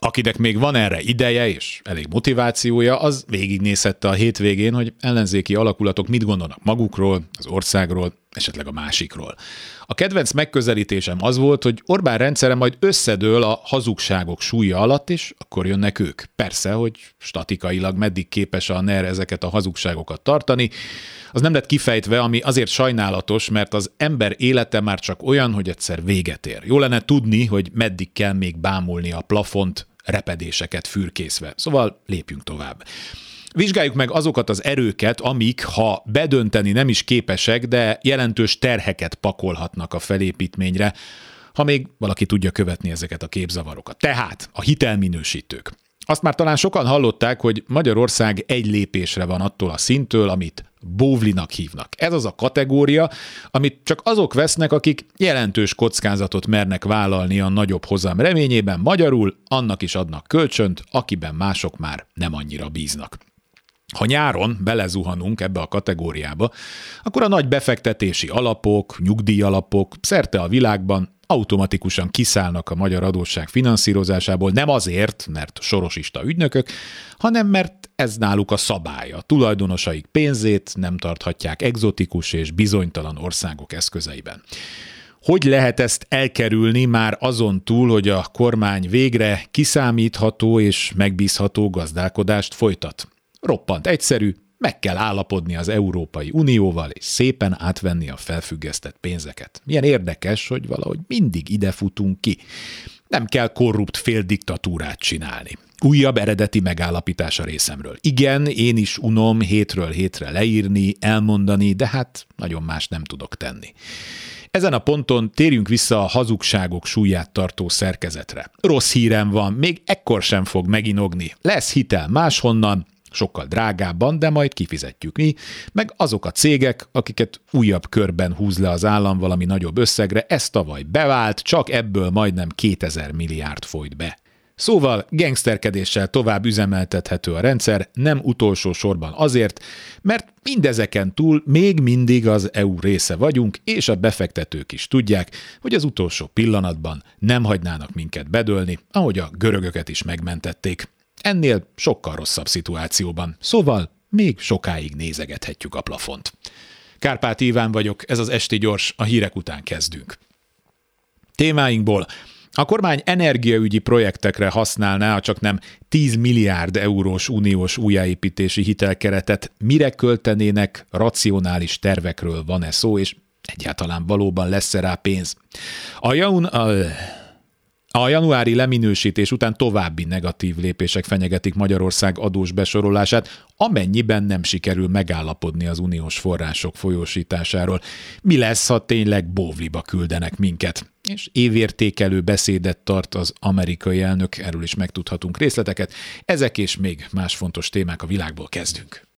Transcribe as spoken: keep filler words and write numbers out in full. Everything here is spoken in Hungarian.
Akinek még van erre ideje és elég motivációja, az végignézhette a hétvégén, hogy ellenzéki alakulatok mit gondolnak magukról, az országról, esetleg a másikról. A kedvenc megközelítésem az volt, hogy Orbán rendszere majd összedől a hazugságok súlya alatt, és akkor jönnek ők. Persze, hogy statikailag meddig képes a NER ezeket a hazugságokat tartani, az nem lett kifejtve, ami azért sajnálatos, mert az ember élete már csak olyan, hogy egyszer véget ér. Jó lenne tudni, hogy meddig kell még bámulni a plafont, repedéseket fürkészve. Szóval lépjünk tovább. Vizsgáljuk meg azokat az erőket, amik, ha bedönteni nem is képesek, de jelentős terheket pakolhatnak a felépítményre, ha még valaki tudja követni ezeket a képzavarokat. Tehát a hitelminősítők. Azt már talán sokan hallották, hogy Magyarország egy lépésre van attól a szinttől, amit bóvlinak hívnak. Ez az a kategória, amit csak azok vesznek, akik jelentős kockázatot mernek vállalni a nagyobb hozam reményében, magyarul annak is adnak kölcsönt, akiben mások már nem annyira bíznak. Ha nyáron belezuhanunk ebbe a kategóriába, akkor a nagy befektetési alapok, nyugdíjalapok szerte a világban automatikusan kiszállnak a magyar adósság finanszírozásából, nem azért, mert sorosista ügynökök, hanem mert ez náluk a szabály. A tulajdonosaik pénzét nem tarthatják egzotikus és bizonytalan országok eszközeiben. Hogy lehet ezt elkerülni már azon túl, hogy a kormány végre kiszámítható és megbízható gazdálkodást folytat? Roppant egyszerű, meg kell állapodni az Európai Unióval, és szépen átvenni a felfüggesztett pénzeket. Milyen érdekes, hogy valahogy mindig ide futunk ki. Nem kell korrupt féldiktatúrát csinálni. Újabb eredeti megállapítás a részemről. Igen, én is unom hétről hétre leírni, elmondani, de hát nagyon más nem tudok tenni. Ezen a ponton térjünk vissza a hazugságok súlyát tartó szerkezetre. Rossz hírem van, még ekkor sem fog meginogni. Lesz hitel máshonnan, sokkal drágábban, de majd kifizetjük mi, meg azok a cégek, akiket újabb körben húz le az állam valami nagyobb összegre, ez tavaly bevált, csak ebből majdnem kétezer milliárd folyt be. Szóval gengszterkedéssel tovább üzemeltethető a rendszer, nem utolsó sorban azért, mert mindezeken túl még mindig az é u része vagyunk, és a befektetők is tudják, hogy az utolsó pillanatban nem hagynának minket bedőlni, ahogy a görögöket is megmentették. Ennél sokkal rosszabb szituációban, szóval még sokáig nézegethetjük a plafont. Kárpát Iván vagyok, ez az Esti Gyors, a hírek után kezdünk. Témáinkból: a kormány energiaügyi projektekre használná a csaknem tíz milliárd eurós uniós újjáépítési hitelkeretet, mire költenének, racionális tervekről van-e szó, és egyáltalán valóban lesz-e rá pénz. A jaun... A... A januári leminősítés után további negatív lépések fenyegetik Magyarország adós besorolását, amennyiben nem sikerül megállapodni az uniós források folyósításáról. Mi lesz, ha tényleg bóvliba küldenek minket? És évértékelő beszédet tart az amerikai elnök, erről is megtudhatunk részleteket. Ezek és még más fontos témák a világból, kezdünk.